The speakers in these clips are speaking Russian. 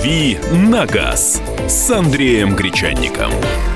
«Дави на газ» с Андреем Гречанником.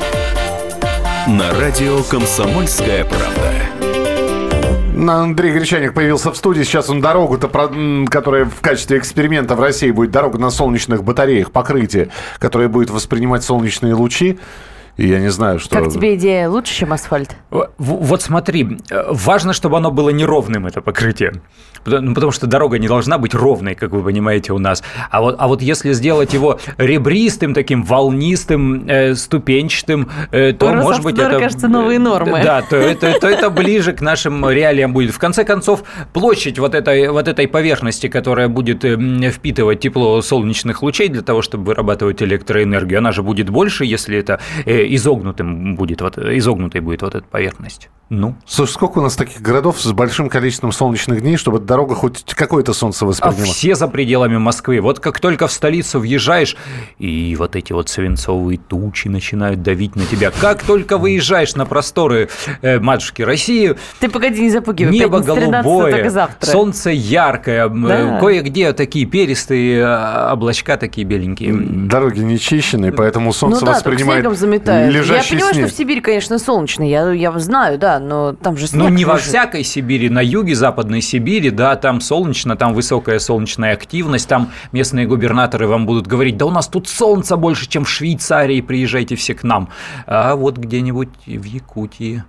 На радио «Комсомольская правда». Андрей Гречанник появился в студии. Сейчас он дорогу-то, которая в качестве эксперимента в России будет, дорога на солнечных батареях, покрытие, которое будет воспринимать солнечные лучи. И я не знаю, что... Как тебе идея лучше, чем асфальт? Вот смотри, важно, чтобы оно было неровным, это покрытие. Потому что дорога не должна быть ровной, как вы понимаете, у нас. А вот если сделать его ребристым, таким волнистым, ступенчатым, то, может быть, это... кажется, новые нормы. Да, то это ближе к нашим реалиям будет. В конце концов, площадь вот этой поверхности, которая будет впитывать тепло солнечных лучей для того, чтобы вырабатывать электроэнергию, она же будет больше, если это изогнутой будет вот эта поверхность. Ну. Слушай, сколько у нас таких городов с большим количеством солнечных дней, чтобы дорога хоть какое-то солнце воспринимала? А все за пределами Москвы. Вот как только в столицу въезжаешь, и вот эти вот свинцовые тучи начинают давить на тебя. Как только выезжаешь на просторы матушки России... Ты погоди, не запугивай. Небо голубое, солнце яркое, да. Кое-где такие перистые облачка такие беленькие. Дороги не чищены, поэтому солнце воспринимает лежащий снег. Я понимаю, что в Сибири, конечно, солнечно, я знаю, да, но там же снег. Ну, не во всякой Сибири, на юге Западной Сибири, да, там солнечно, там высокая солнечная активность, там местные губернаторы вам будут говорить, да у нас тут солнца больше, чем в Швейцарии, приезжайте все к нам. А вот где-нибудь в Якутии...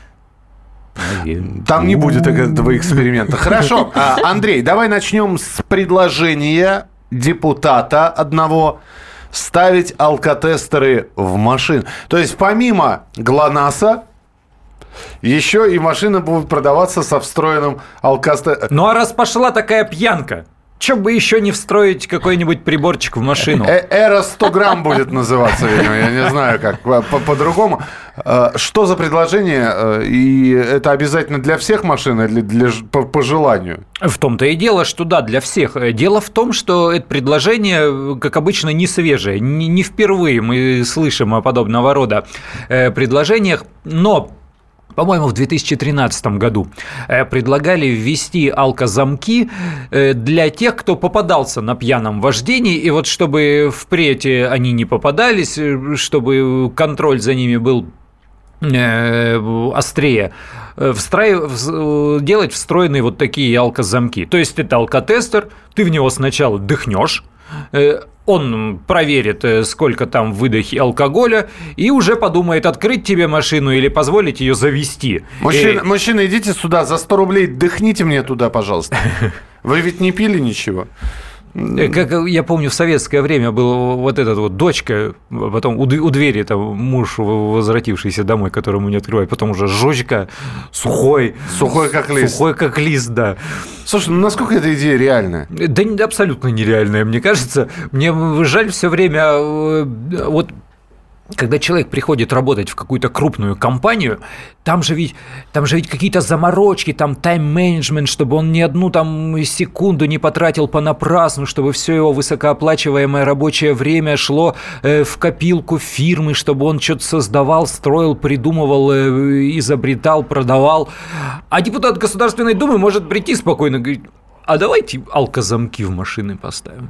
Там не будет этого эксперимента. Хорошо, Андрей, давай начнем с предложения депутата одного ставить алкотестеры в машины. То есть помимо ГЛОНАССа еще и машины будут продаваться со встроенным алкотестером. Ну а раз пошла такая пьянка, что бы еще не встроить какой-нибудь приборчик в машину? Эра 100 грамм будет называться, видимо, я не знаю, как по-другому. Что за предложение? И это обязательно для всех машин или по желанию? В том-то и дело, что да, для всех. Дело в том, что это предложение, как обычно, не свежее. Не впервые мы слышим о подобного рода предложениях, но... По-моему, в 2013 году предлагали ввести алкозамки для тех, кто попадался на пьяном вождении, и вот чтобы впредь они не попадались, чтобы контроль за ними был острее, делать встроенные вот такие алкозамки. То есть это алкотестер, ты в него сначала дыхнешь, он проверит, сколько там в выдохе алкоголя, и уже подумает, открыть тебе машину или позволить ее завести. Мужчина, идите сюда, за 100 рублей дыхните мне туда, пожалуйста. Вы ведь не пили ничего? Как я помню, в советское время был вот этот вот дочка, потом у двери там муж, возвратившийся домой, которому не открывает, потом уже жёчка, сухой как лист. Сухой как лист, да. Слушай, ну насколько эта идея реальная? Да абсолютно нереальная, мне кажется. Мне жаль все время вот... Когда человек приходит работать в какую-то крупную компанию, там же ведь какие-то заморочки, там тайм-менеджмент, чтобы он ни одну там секунду не потратил понапрасну, чтобы все его высокооплачиваемое рабочее время шло в копилку фирмы, чтобы он что-то создавал, строил, придумывал, изобретал, продавал. А депутат Государственной Думы может прийти спокойно и говорить, а давайте алкозамки в машины поставим.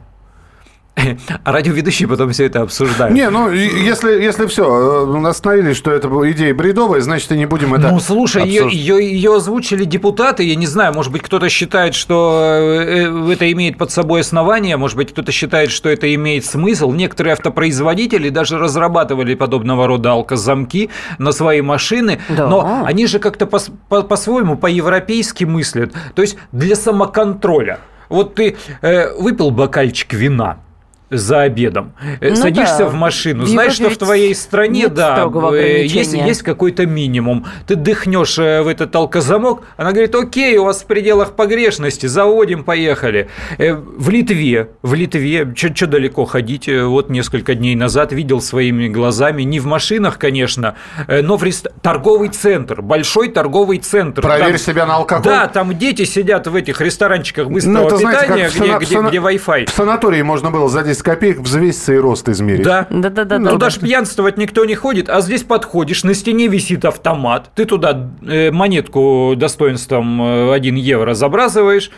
А радиоведущие потом все это обсуждают. Не, ну, если все, остановились, что это идея бредовая, значит, и не будем это обсуждать. Ну, слушай, ее озвучили депутаты, я не знаю, может быть, кто-то считает, что это имеет под собой основание, может быть, кто-то считает, что это имеет смысл. Некоторые автопроизводители даже разрабатывали подобного рода алкозамки на свои машины, да. Но они же как-то по-своему, по-европейски мыслят, то есть для самоконтроля. Вот ты выпил бокальчик вина за обедом, садишься в машину, знаешь, что в твоей стране есть какой-то минимум. Ты дыхнешь в этот алкозамок, она говорит, окей, у вас в пределах погрешности, заводим, поехали. В Литве, что далеко ходить, вот несколько дней назад видел своими глазами, не в машинах, конечно, но в торговый центр, большой торговый центр. Проверь себя на алкоголь. Да, там дети сидят в этих ресторанчиках быстрого питания, где Wi-Fi. В санатории можно было за 10 копеек взвеситься и рост измерить. Да. Туда ж пьянствовать никто не ходит, а здесь подходишь, на стене висит автомат, ты туда монетку достоинством 1 евро забрасываешь,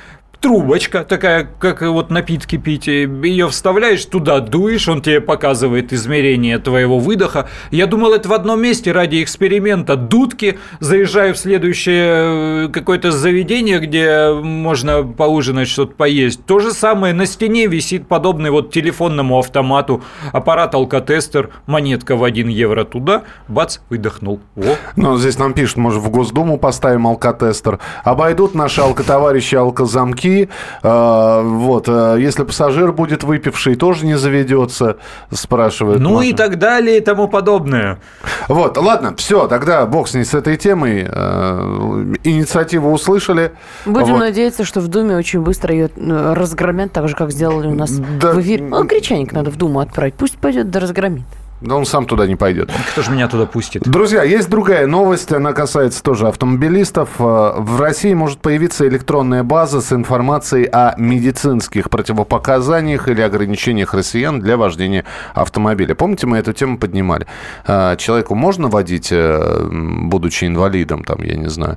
трубочка такая, как вот напитки пить, ее вставляешь туда, дуешь, он тебе показывает измерение твоего выдоха. Я думал, это в одном месте ради эксперимента дудки, заезжаю в следующее какое-то заведение, где можно поужинать, что-то поесть. То же самое, на стене висит подобный вот телефонному автомату аппарат алкотестер, монетка в 1 евро туда, бац, выдохнул. Во. Ну, здесь нам пишут, может, в Госдуму поставим алкотестер. Обойдут наши алкотоварищи алкозамки. Вот, если пассажир будет выпивший, тоже не заведется, спрашивает. Ну Маша. И так далее и тому подобное. Вот, ладно, все, тогда бог с ней, с этой темой. Инициативу услышали. Будем Вот. надеяться, что в Думе очень быстро ее разгромят, так же, как сделали у нас в эфире. Гречаник надо в Думу отправить. Пусть пойдет да разгромит. Да он сам туда не пойдет. Кто же меня туда пустит? Друзья, есть другая новость, она касается тоже автомобилистов. В России может появиться электронная база с информацией о медицинских противопоказаниях или ограничениях россиян для вождения автомобиля. Помните, мы эту тему поднимали? Человеку можно водить, будучи инвалидом, там, я не знаю,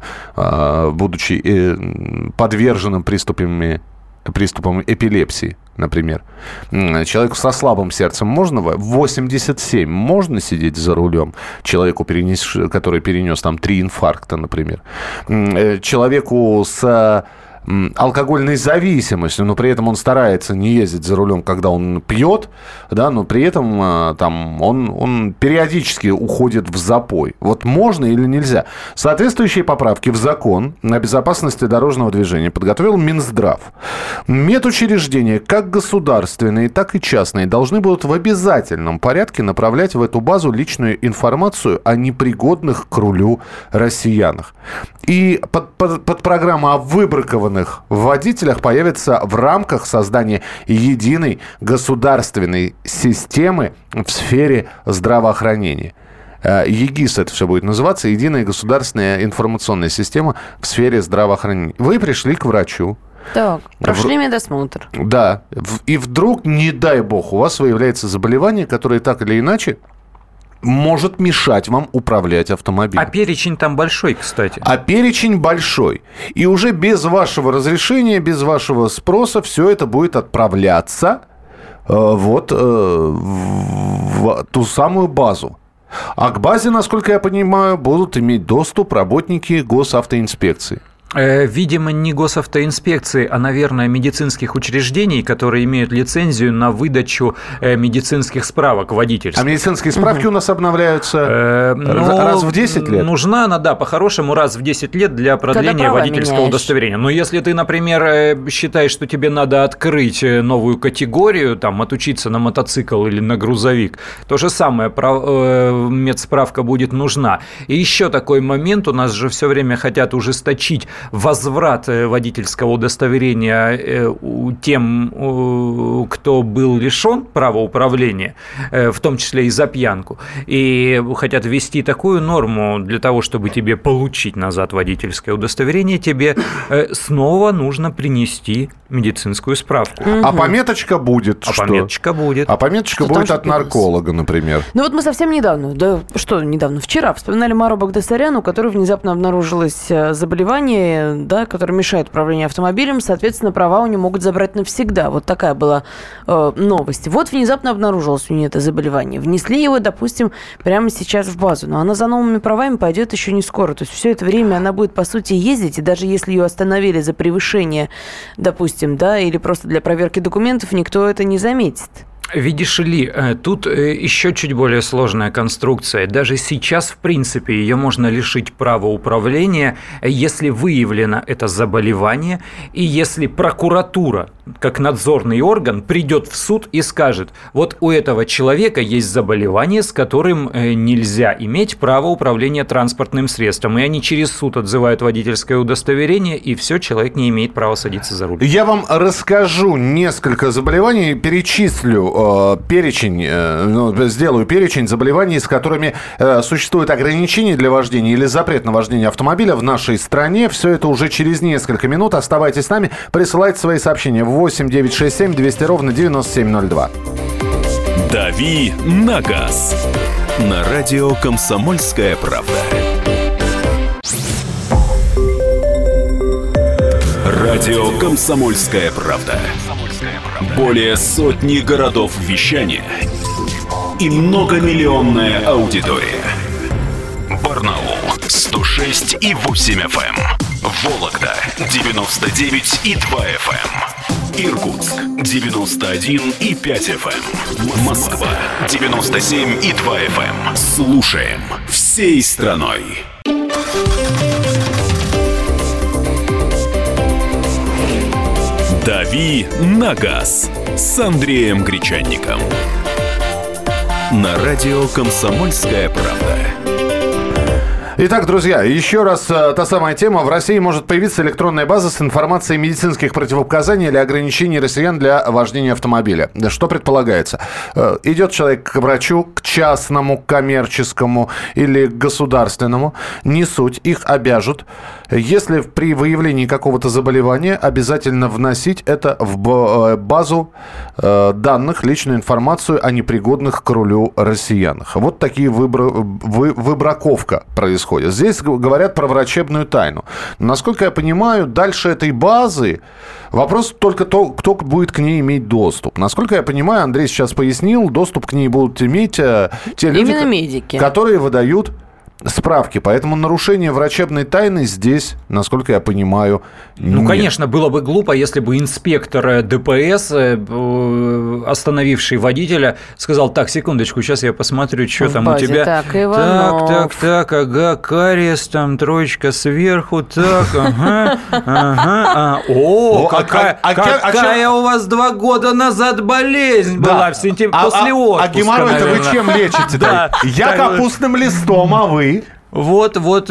будучи подверженным приступам эпилепсии, например. Человеку со слабым сердцем можно? 87 можно сидеть за рулем? Человеку, который перенес там 3 инфаркта, например. Человеку с алкогольной зависимостью, но при этом он старается не ездить за рулем, когда он пьет, да, но при этом там он периодически уходит в запой. Вот можно или нельзя? Соответствующие поправки в закон о безопасности дорожного движения подготовил Минздрав. Медучреждения, как государственные, так и частные, должны будут в обязательном порядке направлять в эту базу личную информацию о непригодных к рулю россиянах. И под программа о выбракованных водителях появится в рамках создания единой государственной системы в сфере здравоохранения. ЕГИС это все будет называться, единая государственная информационная система в сфере здравоохранения. Вы пришли к врачу. Так, прошли медосмотр. Да. И вдруг, не дай бог, у вас выявляется заболевание, которое так или иначе может мешать вам управлять автомобилем. А перечень там большой, кстати. А перечень большой. И уже без вашего разрешения, без вашего спроса все это будет отправляться в ту самую базу. А к базе, насколько я понимаю, будут иметь доступ работники госавтоинспекции. Видимо, не госавтоинспекции, а, наверное, медицинских учреждений, которые имеют лицензию на выдачу медицинских справок водительских. А медицинские справки у нас обновляются раз в 10 лет? Нужна она, да, по-хорошему, раз в 10 лет для продления водительского удостоверения. Но если ты, например, считаешь, что тебе надо открыть новую категорию, там, отучиться на мотоцикл или на грузовик, то же самое, медсправка будет нужна. И еще такой момент, у нас же все время хотят ужесточить возврат водительского удостоверения тем, кто был лишен права управления, в том числе и за пьянку. И хотят ввести такую норму для того, чтобы тебе получить назад водительское удостоверение, тебе снова нужно принести медицинскую справку. А пометочка будет. Пометочка будет. А пометочка будет от нарколога, например. Ну вот мы совсем недавно, вчера вспоминали Мару Багдасарян, у которой внезапно обнаружилось заболевание, да, которое мешает управлению автомобилем, соответственно, права у нее могут забрать навсегда. Вот такая была новость. Вот внезапно обнаружилось у нее это заболевание. Внесли его, допустим, прямо сейчас в базу, но она за новыми правами пойдет еще не скоро. То есть все это время она будет, по сути, ездить, и даже если ее остановили за превышение, допустим, да, или просто для проверки документов, никто это не заметит. Видишь ли, тут еще чуть более сложная конструкция. Даже сейчас, в принципе, ее можно лишить права управления, если выявлено это заболевание, и если прокуратура, как надзорный орган, придет в суд и скажет, вот у этого человека есть заболевание, с которым нельзя иметь право управления транспортным средством. И они через суд отзывают водительское удостоверение, и все, человек не имеет права садиться за руль. Я вам расскажу несколько заболеваний, перечислю перечень, сделаю перечень заболеваний, с которыми существуют ограничения для вождения или запрет на вождение автомобиля в нашей стране. Все это уже через несколько минут. Оставайтесь с нами, присылайте свои сообщения в 8 967 200 ровно 9702. «Дави на газ» на радио «Комсомольская правда». Радио «Комсомольская правда». Более сотни городов вещания и многомиллионная аудитория. Барнаул 106,8 FM. Вологда 99,2 FM. Иркутск 91,5 FM. Москва 97,2 FM. Слушаем всей страной. «Дави на газ» с Андреем Гречанником. На радио «Комсомольская правда». Итак, друзья, еще раз та самая тема. В России может появиться электронная база с информацией медицинских противопоказаний или ограничений россиян для вождения автомобиля. Что предполагается? Идет человек к врачу, к частному, коммерческому или государственному. Не суть, их обяжут. Если при выявлении какого-то заболевания, обязательно вносить это в базу данных, личную информацию о непригодных к рулю россиянах. Вот такие выбраковка происходит. Здесь говорят про врачебную тайну. Насколько я понимаю, дальше этой базы вопрос только кто будет к ней иметь доступ. Насколько я понимаю, Андрей сейчас пояснил, доступ к ней будут иметь те люди, медики, которые выдают справки. Поэтому нарушение врачебной тайны здесь, насколько я понимаю, нет. Конечно, было бы глупо, если бы инспектор ДПС, остановивший водителя, сказал: так, секундочку, сейчас я посмотрю, что там у тебя. Так, Иванов. Так, ага, кариес, там троечка сверху, так, ага. Какая у вас 2 года назад болезнь была в сентябре после отпуска. А геморрой-то вы чем лечите? Да. Я капустным листом, а вы? Вот.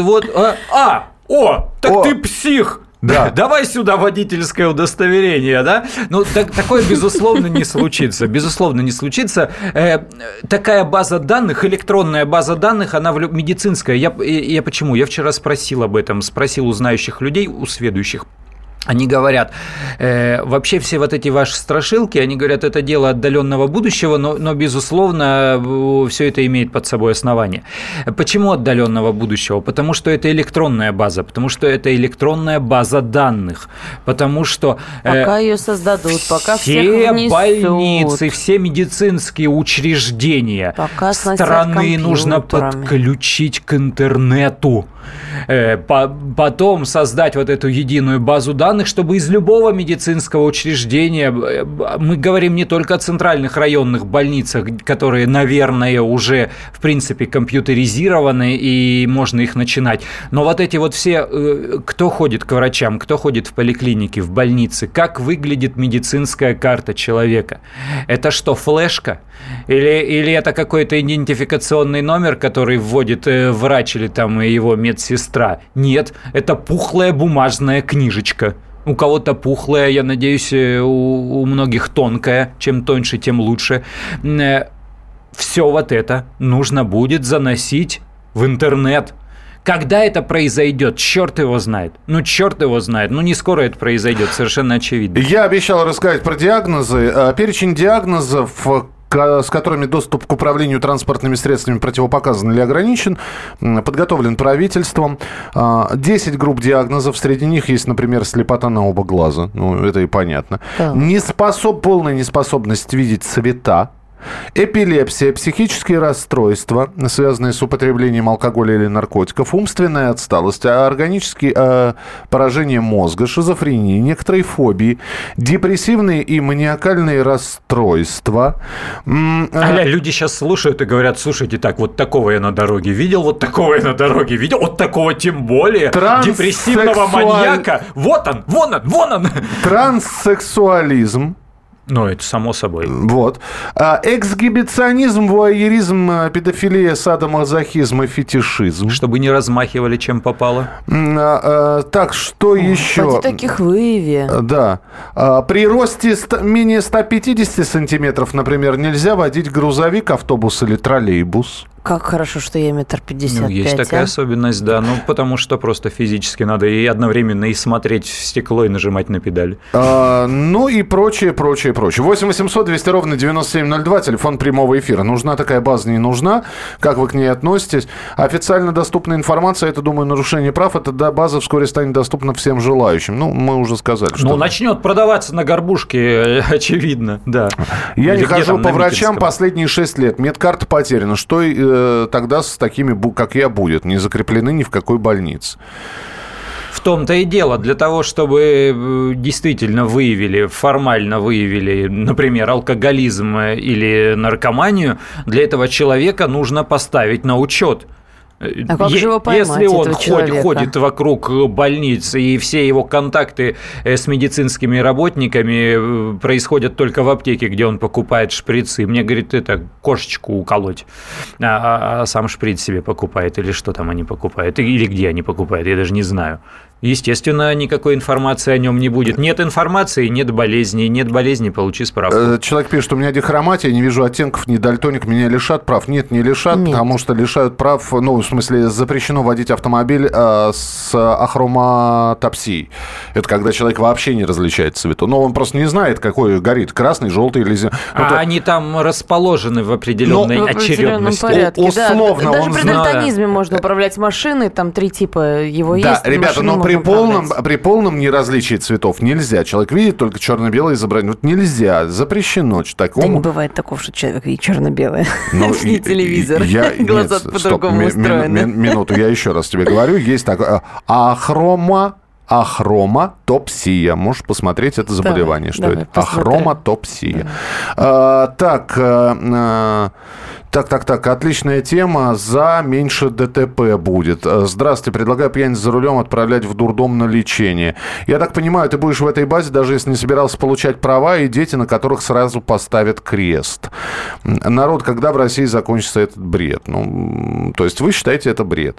Ты псих. Да. Давай сюда водительское удостоверение, да? Ну, такое, безусловно, не случится. Безусловно, не случится. Такая база данных, электронная база данных, она медицинская. Я почему? Я вчера спросил об этом, спросил у знающих людей, у сведущих. Они говорят, вообще все вот эти ваши страшилки, они говорят, это дело отдаленного будущего, но безусловно, все это имеет под собой основание. Почему отдаленного будущего? Потому что это электронная база, потому что это электронная база данных, потому что пока ее создадут, пока все всех больницы, все медицинские учреждения пока страны нужно подключить к интернету. Потом создать вот эту единую базу данных, чтобы из любого медицинского учреждения, мы говорим не только о центральных районных больницах, которые, наверное, уже, в принципе, компьютеризированы, и можно их начинать, но вот эти вот все, кто ходит к врачам, кто ходит в поликлинике, в больницы, как выглядит медицинская карта человека? Это что, флешка? Или это какой-то идентификационный номер, который вводит врач или там его медсестра? Нет, это пухлая бумажная книжечка. У кого-то пухлая, я надеюсь, у многих тонкая. Чем тоньше, тем лучше. Все вот это нужно будет заносить в интернет. Когда это произойдет, черт его знает. Черт его знает. Не скоро это произойдет, совершенно очевидно. Я обещал рассказать про диагнозы. Перечень диагнозов, с которыми доступ к управлению транспортными средствами противопоказан или ограничен, подготовлен правительством. 10 групп диагнозов. Среди них есть, например, слепота на оба глаза. Это и понятно. Да. Полная неспособность видеть цвета. Эпилепсия, психические расстройства, связанные с употреблением алкоголя или наркотиков, умственная отсталость, органические поражения мозга, шизофрения, некоторые фобии, депрессивные и маниакальные расстройства. Люди сейчас слушают и говорят: слушайте, так, вот такого я на дороге видел, вот такого я на дороге видел, вот такого тем более, депрессивного маньяка, вон он. Транссексуализм. Это само собой. Вот. Эксгибиционизм, вуайеризм, педофилия, садомазохизм и фетишизм. Чтобы не размахивали, чем попало. Так, что еще? Ради таких выяви. Да. При росте менее 150 сантиметров, например, нельзя водить грузовик, автобус или троллейбус. Как хорошо, что я 1,55 м. Есть такая особенность, да. Потому что просто физически надо и одновременно и смотреть в стекло, и нажимать на педаль. И прочее. 8 800 200 ровно 9702, телефон прямого эфира. Нужна такая база, не нужна? Как вы к ней относитесь? Официально доступная информация, это, думаю, нарушение прав. Эта база вскоре станет доступна всем желающим. Мы уже сказали, что... начнет продаваться на горбушке, очевидно, да. Я не хожу по врачам последние 6 лет. Медкарта потеряна. Что тогда с такими, как я, будет? Не закреплены ни в какой больнице. В том-то и дело. Для того, чтобы действительно формально выявили, например, алкоголизм или наркоманию, для этого человека нужно поставить на учет. А как же его поймать, если он этого ходит вокруг больницы, и все его контакты с медицинскими работниками происходят только в аптеке, где он покупает шприцы. Мне, говорит, кошечку уколоть, а сам шприц себе покупает, или что там они покупают, или где они покупают, я даже не знаю. Естественно, никакой информации о нем не будет. Нет информации, нет болезней. Нет болезни, получи справку. Человек пишет, у меня дихроматия, не вижу оттенков, не дальтоник, меня лишат прав. Нет, не лишат, потому что лишают прав, в смысле, запрещено водить автомобиль с ахроматопсией. Это когда человек вообще не различает цвету. Но он просто не знает, какой горит, красный, желтый или зеленый. Они там расположены в определенной очередности. Порядке, условно, да. Даже при дальтонизме можно управлять машиной, там 3 типа его есть. Да, ребята, при полном неразличии цветов нельзя. Человек видит только черно-белое изображение. Нельзя, запрещено. Да не бывает такого, что человек видит черно-белое. Не телевизор. Глаза по-другому устроены. Минуту, я еще раз тебе говорю. Есть такое ахроматопсия. Можешь посмотреть это заболевание, что это. Ахроматопсия. Так, отличная тема. За меньше ДТП будет. Здравствуйте, предлагаю пьяниц за рулем отправлять в дурдом на лечение. Я так понимаю, ты будешь в этой базе, даже если не собирался получать права, и дети, на которых сразу поставят крест. Народ, когда в России закончится этот бред? То есть вы считаете это бред?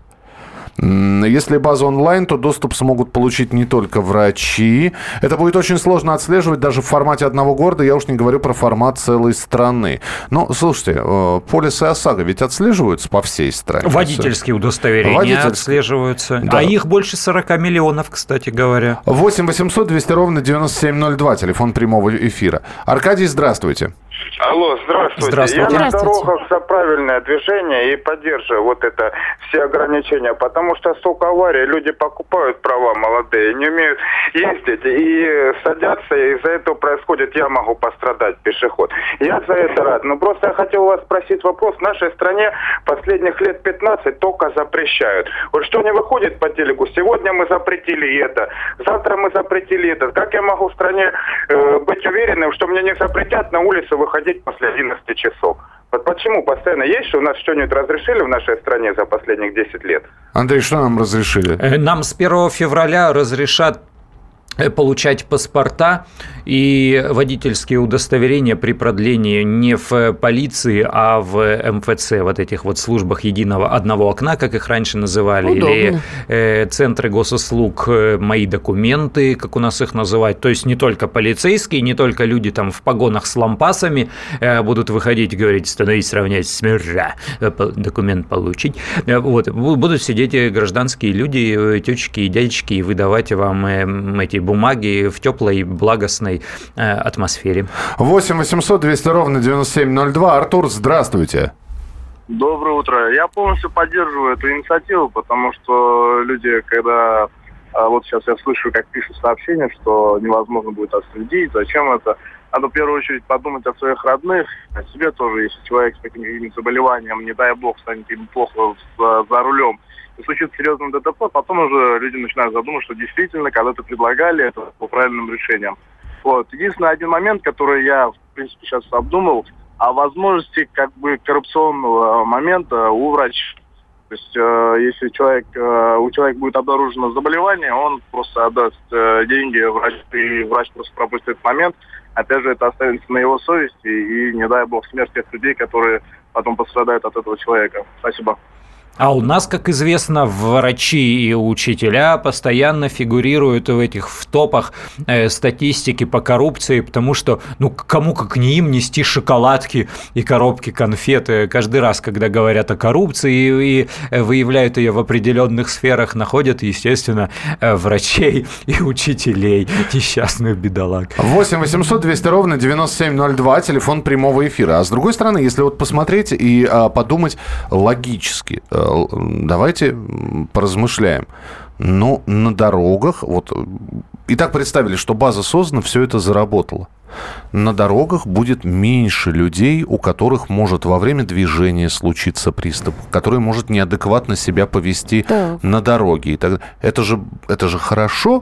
Если база онлайн, то доступ смогут получить не только врачи. Это будет очень сложно отслеживать даже в формате одного города. Я уж не говорю про формат целой страны. Слушайте, полисы ОСАГО ведь отслеживаются по всей стране. Водительские удостоверения отслеживаются. Да. А их больше 40 миллионов, кстати говоря. 8 800 200 ровно 9702, телефон прямого эфира. Аркадий, здравствуйте. Алло, здравствуйте. Я на дорогах за правильное движение и поддерживаю все ограничения, потому что столько аварий, люди покупают права молодые, не умеют ездить и садятся, и из-за этого происходит, я могу пострадать, пешеход. Я за это рад. Но просто я хотел у вас спросить вопрос. В нашей стране последних лет 15 только запрещают. Вот что не выходит по телеку, сегодня мы запретили это, завтра мы запретили это. Как я могу в стране быть уверенным, что мне не запретят на улице выходить после 11 часов? Вот почему постоянно есть, что у нас что-нибудь разрешили в нашей стране за последних 10 лет? Андрей, что нам разрешили? Нам с 1 февраля разрешат получать паспорта и водительские удостоверения при продлении не в полиции, а в МФЦ, вот этих вот службах единого одного окна, как их раньше называли, удобно. Или центры госуслуг «Мои документы», как у нас их называют. То есть не только полицейские, не только люди там в погонах с лампасами будут выходить и говорить: становись, равняйся, смиря, документ получить. Вот. Будут сидеть гражданские люди, тетечки и дядечки, и выдавать вам эти бумаги в теплой, благостной атмосфере. 8 800 200 ровно 9702. Артур, здравствуйте. Доброе утро. Я полностью поддерживаю эту инициативу, потому что люди, когда... Вот сейчас я слышу, как пишут сообщения, что невозможно будет отследить, зачем это. Надо в первую очередь подумать о своих родных, о себе тоже. Если человек с каким-нибудь заболеванием, не дай бог, станет им плохо за рулем, и случится серьезное ДТП, потом уже люди начинают задумывать, что действительно когда-то предлагали это по правильным решениям. Вот. Единственный один момент, который я, в принципе, сейчас обдумал, о возможности коррупционного момента у врача. То есть, если у человека будет обнаружено заболевание, он просто отдаст деньги врачу, и врач просто пропустит этот момент. Опять же, это останется на его совести, и не дай бог смерть тех людей, которые потом пострадают от этого человека. Спасибо. А у нас, как известно, врачи и учителя постоянно фигурируют в топах статистики по коррупции, потому что, кому как не им нести шоколадки и коробки конфет каждый раз, когда говорят о коррупции и выявляют ее в определенных сферах, находят, естественно, врачей и учителей, несчастных бедолаг. 8 800 200 ровно 9702, телефон прямого эфира. А с другой стороны, если вот посмотреть и подумать логически, давайте поразмышляем. На дорогах, и так представили, что база создана, все это заработало. На дорогах будет меньше людей, у которых может во время движения случиться приступ, который может неадекватно себя повести на дороге. И так, это же хорошо.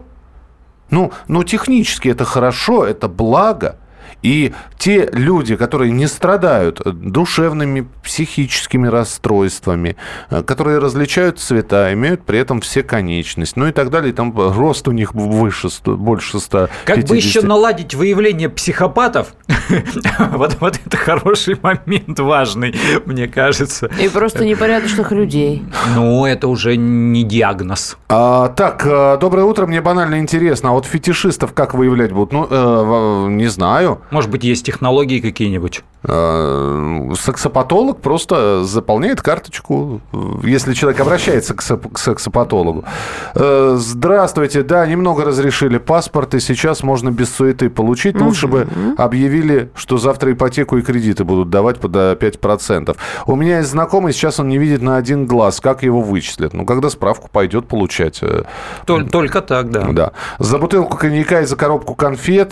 Технически это хорошо, это благо. И те люди, которые не страдают душевными, психическими расстройствами, которые различают цвета, имеют при этом все конечности, и так далее, и там рост у них больше 150. Как бы еще наладить выявление психопатов? Вот это хороший момент, важный, мне кажется. И просто непорядочных людей. Это уже не диагноз. Так, доброе утро, мне банально интересно, а вот фетишистов как выявлять будут? Не знаю. Может быть, есть технологии какие-нибудь? Сексопатолог просто заполняет карточку, если человек обращается к сексопатологу. Здравствуйте, да, немного разрешили паспорт, и сейчас можно без суеты получить. Лучше бы объявили, что завтра ипотеку и кредиты будут давать по 5%. У меня есть знакомый, сейчас он не видит на один глаз. Как его вычислят? Когда справку пойдет получать. Только так, да. Да. За бутылку коньяка и за коробку конфет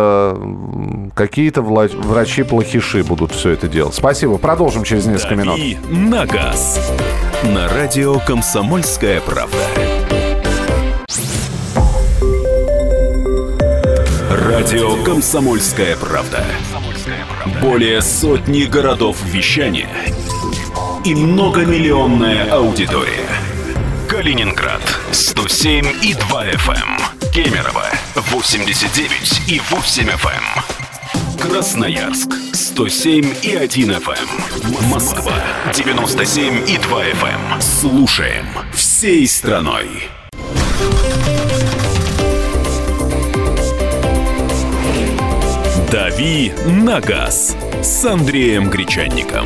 какие-то врачи-плохиши будут все это делать. Спасибо. Продолжим через несколько минут. И на газ. На радио «Комсомольская правда». Радио «Комсомольская правда». Более сотни городов вещания и многомиллионная аудитория. Калининград 107,2 FM. Кемерово 89,8 FM. Красноярск 107,1 FM. Москва 97,2 FM. Слушаем всей страной. «Дави на газ» с Андреем Гречанником.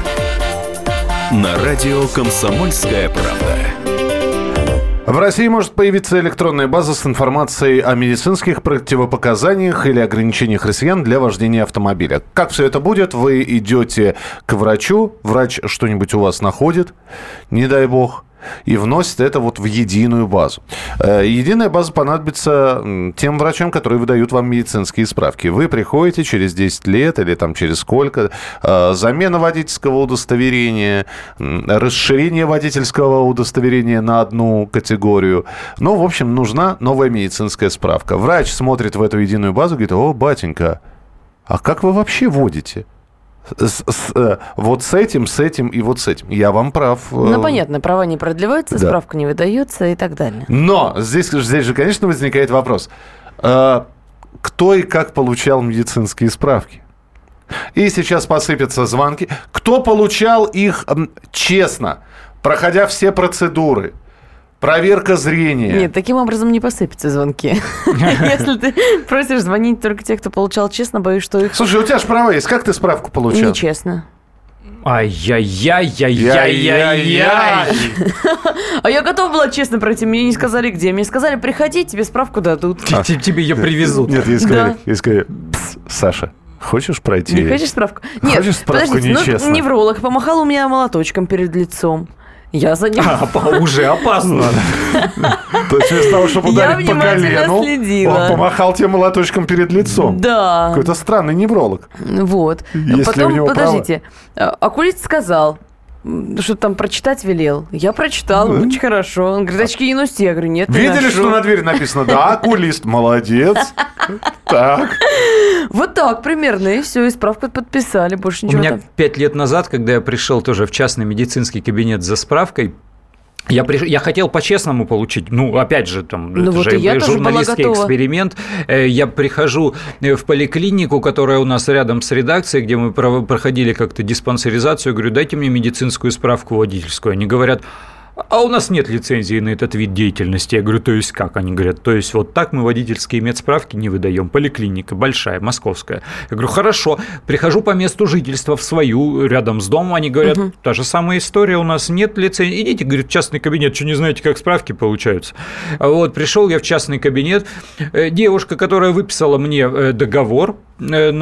На радио «Комсомольская правда». В России может появиться электронная база с информацией о медицинских противопоказаниях или ограничениях россиян для вождения автомобиля. Как все это будет? Вы идете к врачу, врач что-нибудь у вас находит, не дай бог, и вносит это в единую базу. Единая база понадобится тем врачам, которые выдают вам медицинские справки. Вы приходите через 10 лет или через сколько, замена водительского удостоверения, расширение водительского удостоверения на одну категорию. В общем, нужна новая медицинская справка. Врач смотрит в эту единую базу и говорит: о, батенька, а как вы вообще водите? Вот с этим и вот с этим. Я вам прав. Понятно, права не продлеваются, да. Справка не выдается и так далее. Но здесь же, конечно, возникает вопрос. Кто и как получал медицинские справки? И сейчас посыпятся звонки. Кто получал их честно, проходя все процедуры? Проверка зрения. Нет, таким образом не посыпятся звонки. Если ты просишь звонить только тех, кто получал честно, боюсь, что их... Слушай, у тебя же права есть. Как ты справку получал? Нечестно. Ай-яй-яй-яй-яй-яй. А я готова была честно пройти. Мне не сказали где. Мне сказали: приходи, тебе справку дадут. Тебе ее привезут. Нет, я сказали: Саша, хочешь пройти? Не хочешь справку? Нет, подождите, невролог помахал у меня молоточком перед лицом. Я за ним. Уже опасно. То есть вместо того, чтобы ударить по колену, следила. Он помахал тебе молоточком перед лицом. Да. Какой-то странный невролог. Вот. Потом, подождите, окулист сказал, что там прочитать велел. Я прочитал, очень хорошо. Он говорит: очки не носите. Я говорю: нет, не ношу. Видели, что на двери написано? Да, окулист, молодец. Так. Вот так примерно, и все, и справку подписали, больше ничего. У меня 5 лет назад, когда я пришел тоже в частный медицинский кабинет за справкой, Я хотел по-честному получить, опять же, там, это вот же журналистский эксперимент. Я прихожу в поликлинику, которая у нас рядом с редакцией, где мы проходили как-то диспансеризацию, говорю, дайте мне медицинскую справку водительскую. Они говорят, а у нас нет лицензии на этот вид деятельности. Я говорю, то есть как? Они говорят, то есть вот так мы водительские медсправки не выдаем. Поликлиника большая, московская. Я говорю, хорошо. Прихожу по месту жительства в свою, рядом с домом. Они говорят, та же самая история, у нас нет лицензии. Идите, говорит, в частный кабинет, что не знаете, как справки получаются. Вот, пришел я в частный кабинет. Девушка, которая выписала мне договор, ты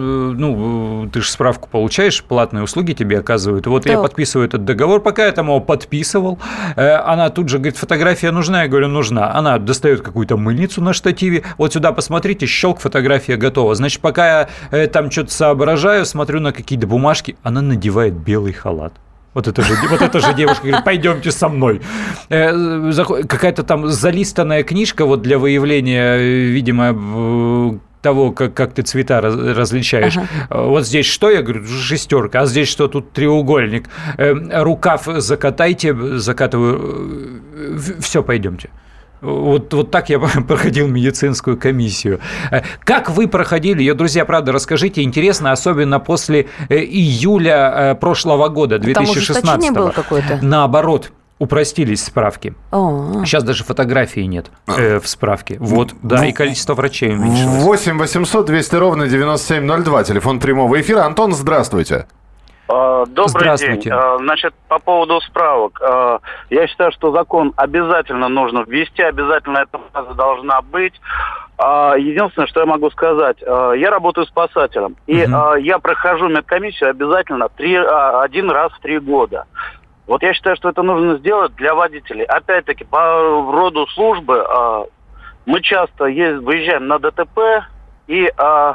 же справку получаешь, платные услуги тебе оказывают. Вот я подписываю этот договор, пока я там его подписывал, она тут же говорит, фотография нужна? Я говорю, нужна. Она достает какую-то мыльницу на штативе, вот сюда посмотрите, щелк, фотография готова. Значит, пока я там что-то соображаю, смотрю на какие-то бумажки, она надевает белый халат. Вот это же девушка говорит, пойдемте со мной. Какая-то там залистанная книжка вот для выявления, видимо, того, как ты цвета различаешь. Вот здесь что? Я говорю, 6, а здесь что? Тут треугольник. Рукав закатайте, закатываю. Все, пойдемте. Вот так я проходил медицинскую комиссию. Как вы проходили ее, друзья, правда, расскажите, интересно, особенно после июля прошлого года, 2016-го. Там ужесточение было какое-то? Наоборот. Упростились справки. Сейчас даже фотографии нет в справке. Вот, да, и количество врачей уменьшилось. 8 800 200 ровно 9702, телефон прямого эфира. Антон, здравствуйте. Добрый день. Значит, по поводу справок. Я считаю, что закон обязательно нужно ввести, обязательно эта база должна быть. Единственное, что я могу сказать, я работаю спасателем, и я прохожу медкомиссию обязательно 1 раз в 3 года. Вот я считаю, что это нужно сделать для водителей. Опять-таки, по роду службы мы часто выезжаем на ДТП, и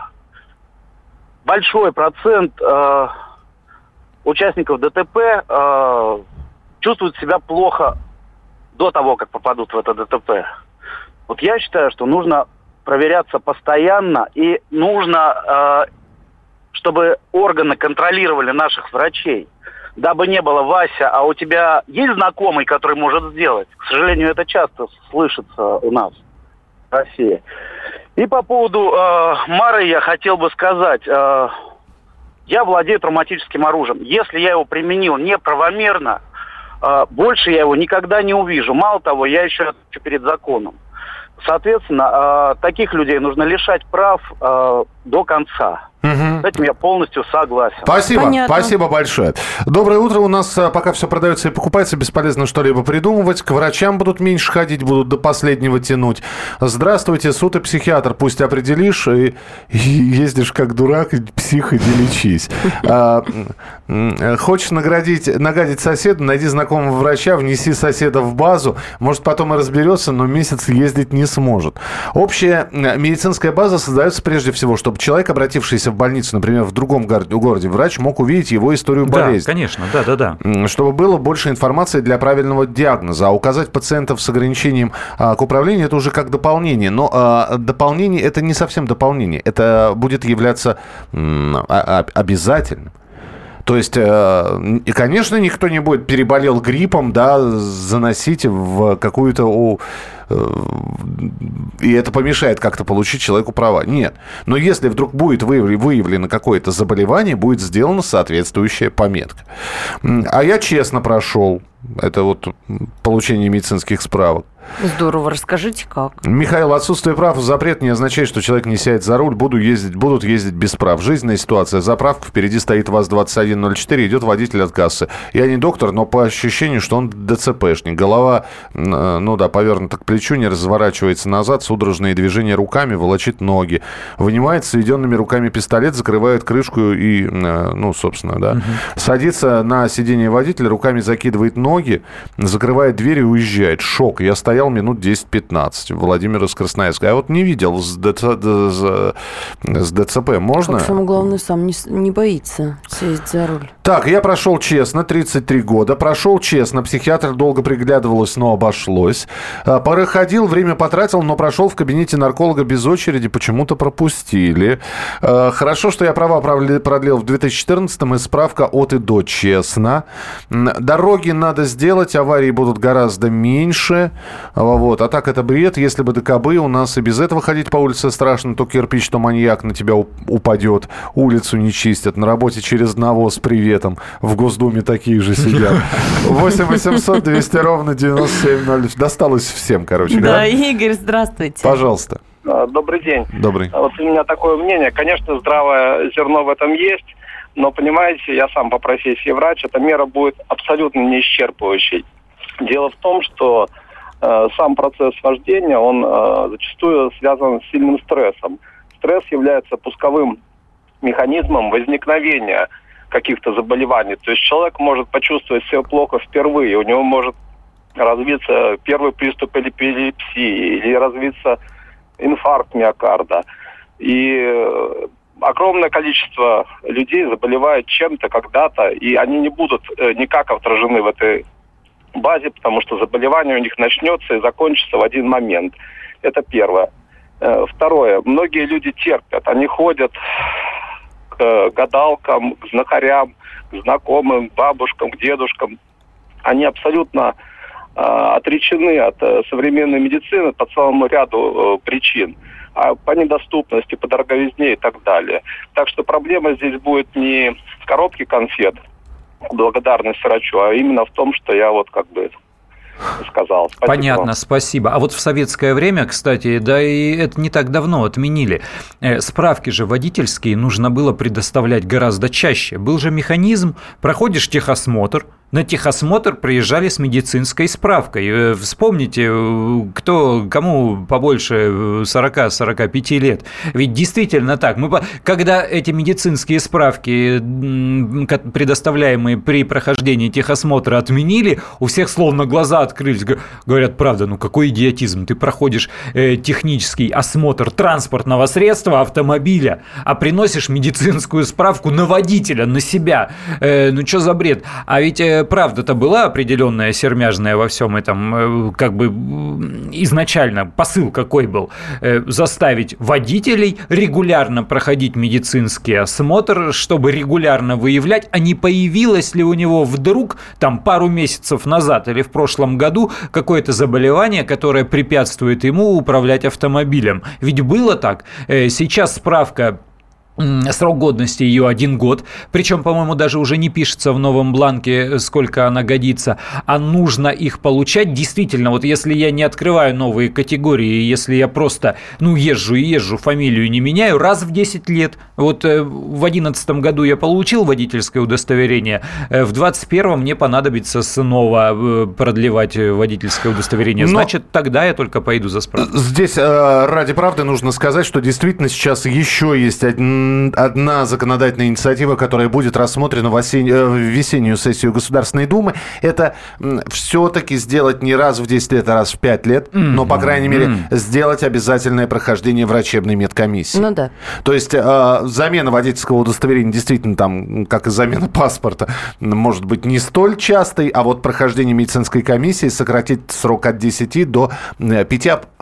большой процент участников ДТП чувствуют себя плохо до того, как попадут в это ДТП. Вот я считаю, что нужно проверяться постоянно, и нужно, чтобы органы контролировали наших врачей. Дабы не было, Вася, а у тебя есть знакомый, который может сделать? К сожалению, это часто слышится у нас в России. И по поводу Мары я хотел бы сказать. Я владею травматическим оружием. Если я его применил неправомерно, больше я его никогда не увижу. Мало того, я еще отвечу перед законом. Соответственно, таких людей нужно лишать прав до конца. С этим я полностью согласен. Спасибо, спасибо большое. Доброе утро. У нас пока все продается и покупается, бесполезно что-либо придумывать. К врачам будут меньше ходить, будут до последнего тянуть. Здравствуйте, суд и психиатр. Пусть определишь, и ездишь как дурак, псих, иди лечись. Хочешь нагадить соседу, найди знакомого врача, внеси соседа в базу. Может, потом и разберется, но месяц ездить не сможет. Общая медицинская база создается прежде всего, чтобы человек, обратившийся в больницу, например, в другом городе, врач мог увидеть его историю болезни. Да, конечно, да. Чтобы было больше информации для правильного диагноза. А указать пациентов с ограничением к управлению – это уже как дополнение. Но дополнение – это не совсем дополнение. Это будет являться обязательным. То есть, конечно, никто не будет переболел гриппом, да, заносить в какую-то... И это помешает как-то получить человеку права. Нет. Но если вдруг будет выявлено какое-то заболевание, будет сделана соответствующая пометка. А я честно прошел. Это вот получение медицинских справок. Здорово. Расскажите, как. Михаил, отсутствие прав, запрет не означает, что человек не сядет за руль. Будут ездить без прав. Жизненная ситуация. Заправка, впереди стоит ВАЗ-2104, идет водитель от кассы. Я не доктор, но по ощущению, что он ДЦПшник. Голова, повернута к плечу, не разворачивается назад, судорожные движения руками, волочит ноги. Вынимает сведенными руками пистолет, закрывает крышку и, собственно, да. Садится на сиденье водителя, руками закидывает ноги, закрывает дверь и уезжает. Шок. Я стоял минут 10-15. Владимир из Красноярска. Я вот не видел с ДЦП. Можно? Как самое главное, сам не боится сесть за руль. Так, я прошел честно, 33 года. Прошел честно, психиатр долго приглядывалась, но обошлось. Проходил, время потратил, но прошел в кабинете нарколога без очереди, почему-то пропустили. Хорошо, что я права продлил в 2014-м, и справка от и до честно. Дороги надо сделать, аварии будут гораздо меньше. Вот. А так это бред. Если бы ДКБ, у нас и без этого ходить по улице страшно. То кирпич, то маньяк на тебя упадет. Улицу не чистят. На работе через навоз с приветом. В Госдуме такие же сидят. 8 800 200 ровно 9702. Досталось всем, короче говоря. Да, Игорь, здравствуйте. Пожалуйста. Добрый день. Добрый. Вот у меня такое мнение. Конечно, здравое зерно в этом есть, но, понимаете, я сам по профессии врач, эта мера будет абсолютно не исчерпывающей. Дело в том, что сам процесс вождения, он зачастую связан с сильным стрессом. Стресс является пусковым механизмом возникновения каких-то заболеваний. То есть человек может почувствовать себя плохо впервые, у него может развиться первый приступ эпилепсии или развиться инфаркт миокарда. И огромное количество людей заболевает чем-то когда-то, и они не будут никак отражены в этой базе, потому что заболевание у них начнется и закончится в один момент. Это первое. Второе. Многие люди терпят. Они ходят к гадалкам, к знахарям, к знакомым, к бабушкам, к дедушкам. Они абсолютно отречены от современной медицины по целому ряду причин. По недоступности, по дороговизне и так далее. Так что проблема здесь будет не в коробке конфет, благодарность врачу, а именно в том, что я вот как бы сказал. Спасибо. Понятно, спасибо. А вот в советское время, кстати, да и это не так давно отменили. Справки же водительские нужно было предоставлять гораздо чаще. Был же механизм, проходишь техосмотр, на техосмотр приезжали с медицинской справкой. Вспомните, кому побольше 40-45 лет. Ведь действительно так. Когда эти медицинские справки, предоставляемые при прохождении техосмотра, отменили, у всех словно глаза открылись. Говорят, правда, какой идиотизм. Ты проходишь технический осмотр транспортного средства, автомобиля, а приносишь медицинскую справку на водителя, на себя. Что за бред? А ведь правда-то была определенная сермяжная во всем этом, как бы изначально посыл какой был? Заставить водителей регулярно проходить медицинский осмотр, чтобы регулярно выявлять, а не появилось ли у него вдруг там пару месяцев назад или в прошлом году какое-то заболевание, которое препятствует ему управлять автомобилем. Ведь было так. Сейчас справка, срок годности ее 1 год, причем, по-моему, даже уже не пишется в новом бланке, сколько она годится, а нужно их получать. Действительно, вот если я не открываю новые категории, если я просто, езжу, фамилию не меняю, раз в 10 лет, вот в 2011 году я получил водительское удостоверение, в 2021 мне понадобится снова продлевать водительское удостоверение, значит, тогда я только пойду за справкой. Здесь ради правды нужно сказать, что действительно сейчас еще есть одна законодательная инициатива, которая будет рассмотрена в весеннюю сессию Государственной Думы. Это все-таки сделать не раз в 10 лет, а раз в 5 лет, но, по крайней мере, сделать обязательное прохождение врачебной медкомиссии. Да. То есть замена водительского удостоверения действительно там, как и замена паспорта, может быть не столь частой, а вот прохождение медицинской комиссии сократить срок от 10 до 5,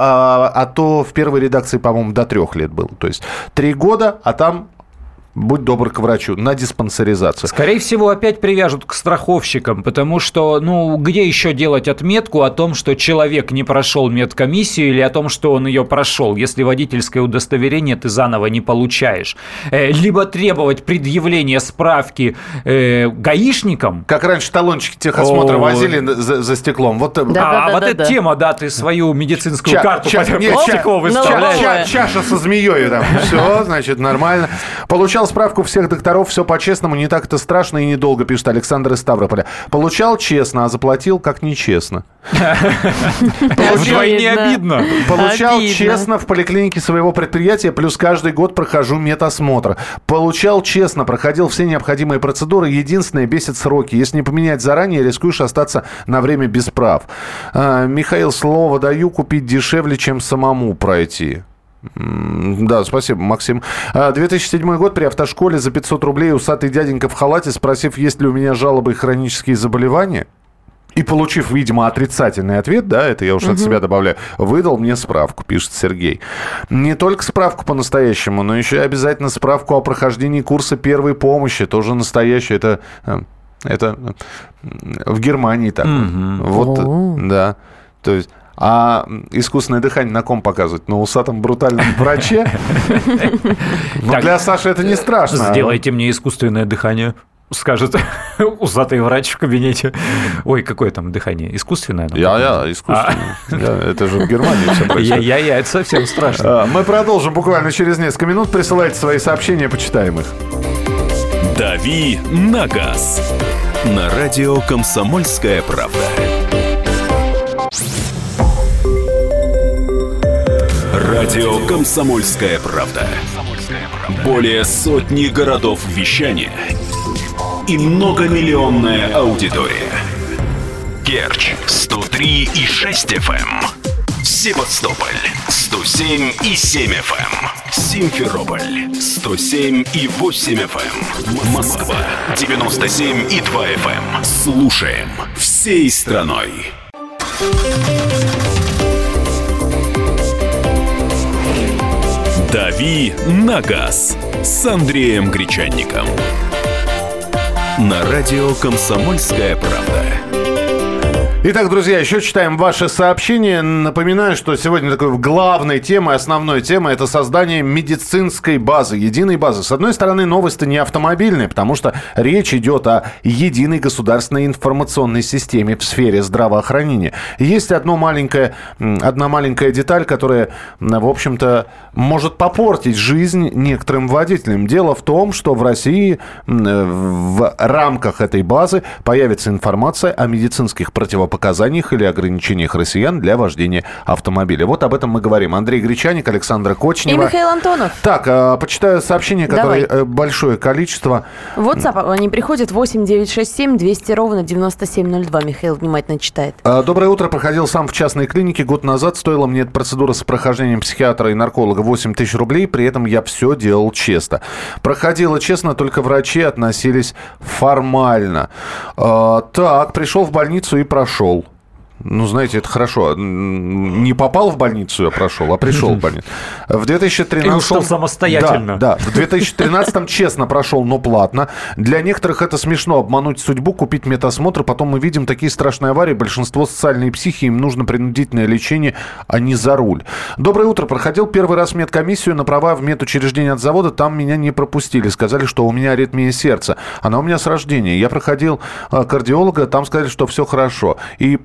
а то в первой редакции, по-моему, до 3 лет было. То есть 3 года, а там будь добр к врачу, на диспансеризацию. Скорее всего, опять привяжут к страховщикам, потому что, где еще делать отметку о том, что человек не прошел медкомиссию или о том, что он ее прошел, если водительское удостоверение ты заново не получаешь. Либо требовать предъявления справки гаишникам. Как раньше талончики техосмотра возили за стеклом. Эта тема, ты свою медицинскую карту по стеклу выставляешь. Чаша со змеей там. Все, значит, нормально. Получал справку всех докторов, все по-честному, не так это страшно и недолго, пишет Александр из Ставрополя. Получал честно, а заплатил как нечестно. Вдвойне обидно. Получал честно в поликлинике своего предприятия, плюс каждый год прохожу медосмотр. Получал честно, проходил все необходимые процедуры. Единственное, бесит сроки. Если не поменять заранее, рискуешь остаться на время без прав. Михаил, слово даю, купить дешевле, чем самому пройти. Да, спасибо, Максим. 2007 год, при автошколе за 500 рублей усатый дяденька в халате, спросив, есть ли у меня жалобы и хронические заболевания, и получив, видимо, отрицательный ответ, да, это я уж от себя добавляю, выдал мне справку, пишет Сергей. Не только справку по-настоящему, но еще и обязательно справку о прохождении курса первой помощи, тоже настоящую. Это в Германии так. Вот, да. То есть... А искусственное дыхание на ком показывать? На усатом брутальном враче? Ну, для Саши это не страшно. Сделайте мне искусственное дыхание, скажет усатый врач в кабинете. Ой, какое там дыхание? Искусственное? Я искусственное. Это же в Германии все происходит. Это совсем страшно. Мы продолжим буквально через несколько минут. Присылайте свои сообщения, почитаем их. «Дави на газ» на радио «Комсомольская правда». Радио «Комсомольская правда». Более сотни городов вещания и многомиллионная аудитория. Керчь 103,6 FM, Севастополь 107,7 FM, Симферополь 107,8 FM, Москва 97,2 FM. Слушаем всей страной. «Дави на газ» с Андреем Гречанником. На радио «Комсомольская правда». Итак, друзья, еще читаем ваши сообщения. Напоминаю, что сегодня такой главной темой, основной темой – это создание медицинской базы, единой базы. С одной стороны, новости не автомобильные, потому что речь идет о единой государственной информационной системе в сфере здравоохранения. Есть одна маленькая деталь, которая, в общем-то, может попортить жизнь некоторым водителям. Дело в том, что в России в рамках этой базы появится информация о медицинских противопоказаниях или ограничениях россиян для вождения автомобиля. Вот об этом мы говорим. Андрей Гречаник, Александра Кочнева. И Михаил Антонов. Так, почитаю сообщения, которые большое количество. В WhatsApp они приходят 8 9 6 7 200 ровно 9702. Михаил внимательно читает. Доброе утро. Проходил сам в частной клинике. Год назад стоила мне эта процедура с прохождением психиатра и нарколога 8 тысяч рублей. При этом я все делал честно. Проходило честно, только врачи относились формально. Так, пришел в больницу и прошел. Ну, знаете, это хорошо. Не попал в больницу, я прошел, а пришел в больницу. В 2013... И ушел самостоятельно. Да. В 2013-м честно прошел, но платно. Для некоторых это смешно. Обмануть судьбу, купить медосмотр. Потом мы видим такие страшные аварии. Большинство социальные психи, им нужно принудительное лечение, а не за руль. Доброе утро. Проходил первый раз медкомиссию на права в медучреждение от завода. Там меня не пропустили. Сказали, что у меня аритмия сердца. Она у меня с рождения. Я проходил кардиолога. Там сказали, что все хорошо.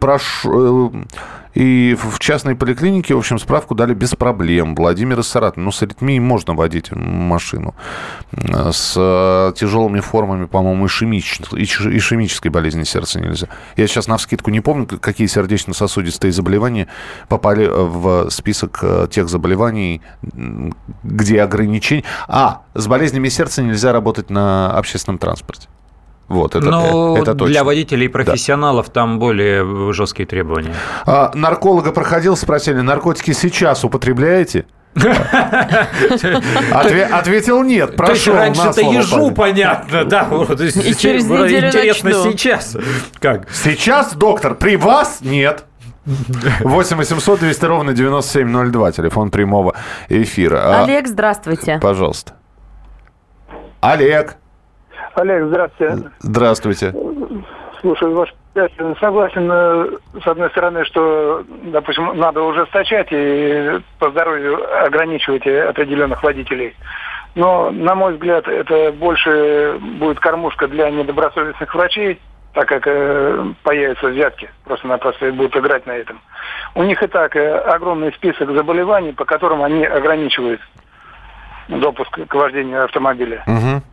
И в частной поликлинике, в общем, справку дали без проблем. Владимир из Саратова. Ну, с аритмией можно водить машину. С тяжелыми формами, по-моему, ишемической болезни сердца нельзя. Я сейчас навскидку не помню, какие сердечно-сосудистые заболевания попали в список тех заболеваний, где ограничения. С болезнями сердца нельзя работать на общественном транспорте. Вот, это точно. Для водителей и профессионалов там более жесткие требования. Нарколога проходил, спросили, наркотики сейчас употребляете? Ответил нет, прошел. Раньше-то ежу, понятно, да. И через неделю интересно сейчас. Как? Сейчас, доктор, при вас нет. 8 800 200 ровно 9702, телефон прямого эфира. Олег, здравствуйте. Пожалуйста. Олег, здравствуйте. Здравствуйте. Слушаю ваш согласен, с одной стороны, что, допустим, надо ужесточать и по здоровью ограничивать определенных водителей. Но, на мой взгляд, это больше будет кормушка для недобросовестных врачей, так как появятся взятки, просто-напросто будут играть на этом. У них и так огромный список заболеваний, по которым они ограничивают допуск к вождению автомобиля.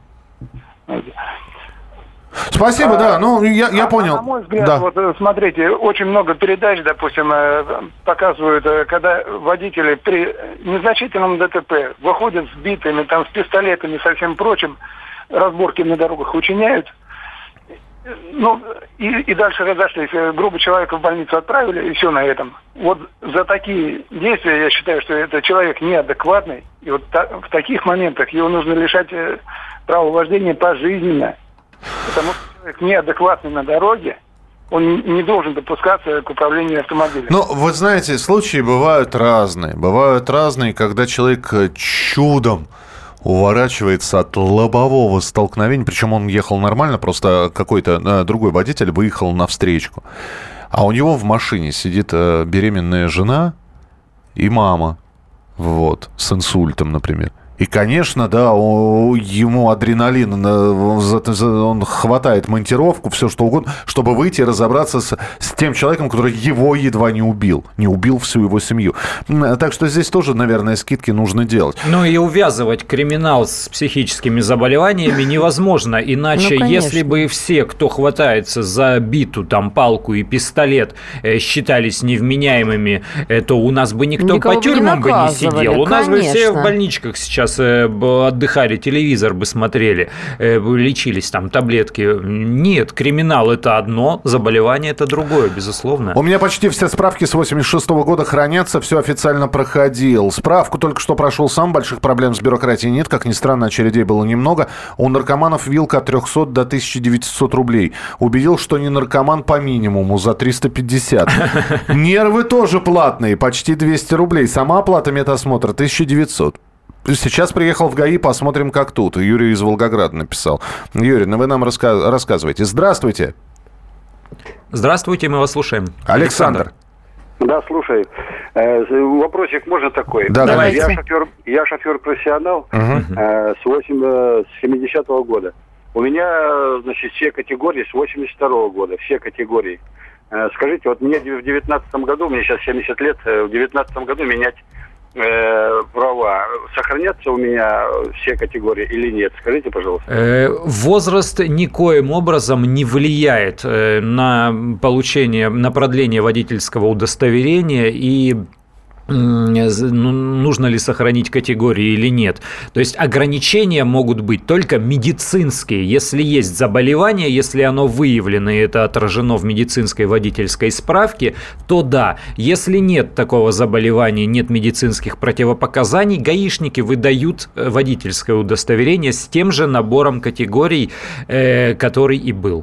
Спасибо, да, я понял. На мой взгляд, да. вот смотрите, очень много передач, допустим, показывают, когда водители при незначительном ДТП выходят с битами, там, с пистолетами и со всем прочим, разборки на дорогах учиняют. И дальше разошлись. Грубо человека в больницу отправили, и все на этом. Вот за такие действия я считаю, что это человек неадекватный. И вот в таких моментах его нужно лишать права вождения пожизненно. Потому что человек неадекватный на дороге, он не должен допускаться к управлению автомобилем. Ну, вы знаете, случаи бывают разные. Бывают разные, когда человек чудом уворачивается от лобового столкновения. Причем он ехал нормально, просто какой-то другой водитель выехал навстречку. А у него в машине сидит беременная жена и мама. Вот, с инсультом, например. И, конечно, да, ему адреналин, он хватает монтировку, все что угодно, чтобы выйти и разобраться с тем человеком, который его едва не убил всю его семью. Так что здесь тоже, наверное, скидки нужно делать. Ну и увязывать криминал с психическими заболеваниями невозможно, иначе, если бы все, кто хватается за биту, там, палку и пистолет, считались невменяемыми, то у нас бы никто по тюрьмам бы не сидел. У нас бы все в больничках сейчас отдыхали, телевизор бы смотрели, лечились там, таблетки. Нет, криминал – это одно, заболевание – это другое, безусловно. У меня почти все справки с 86 года хранятся, все официально проходил. Справку только что прошел сам, больших проблем с бюрократией нет, как ни странно, очередей было немного. У наркоманов вилка от 300 до 1900 рублей. Убедил, что не наркоман по минимуму, за 350. Нервы тоже платные, почти 200 рублей. Сама оплата медосмотра 1900. Сейчас приехал в ГАИ, посмотрим, как тут. Юрий из Волгограда написал. Юрий, вы нам рассказывайте. Здравствуйте. Здравствуйте, мы вас слушаем. Александр. Да, слушай. Вопросик можно такой? Да, давайте. Я шофер-профессионал с 70-го года. У меня, значит, все категории с 82-го года. Все категории. Скажите, вот мне в 19-м году, мне сейчас 70 лет, в 19-м году менять права, сохранятся у меня все категории или нет? Скажите, пожалуйста. Возраст никоим образом не влияет на получение, на продление водительского удостоверения и нужно ли сохранить категории или нет. То есть ограничения могут быть только медицинские. Если есть заболевание, если оно выявлено и это отражено в медицинской водительской справке, то да. Если нет такого заболевания, нет медицинских противопоказаний, гаишники выдают водительское удостоверение с тем же набором категорий, который и был.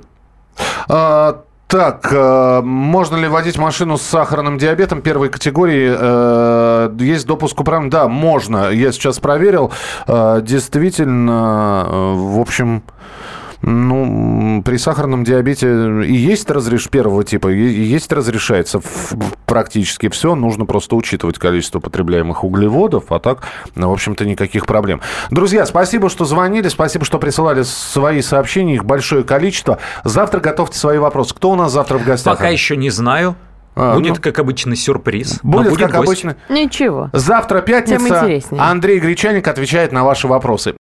Так, можно ли водить машину с сахарным диабетом первой категории? Есть допуск к управлению? Да, можно. Я сейчас проверил. Действительно, в общем... при сахарном диабете и есть первого типа, есть разрешается практически все. Нужно просто учитывать количество потребляемых углеводов, а так, в общем-то, никаких проблем. Друзья, спасибо, что звонили, спасибо, что присылали свои сообщения, их большое количество. Завтра готовьте свои вопросы. Кто у нас завтра в гостях? Пока еще не знаю. Будет, как обычно, сюрприз. Будет как гость. Обычно. Ничего. Завтра пятница. Андрей Гречаник отвечает на ваши вопросы.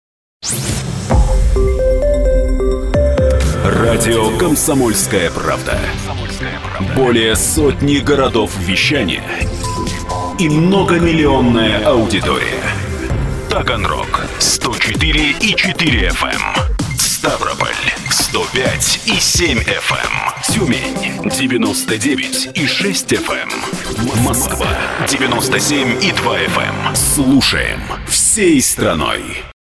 Радио «Комсомольская правда». Более сотни городов вещания и многомиллионная аудитория. Таганрог 104,4 FM, Ставрополь 105,7 FM, Тюмень 99,6 FM, Москва 97,2 FM. Слушаем всей страной.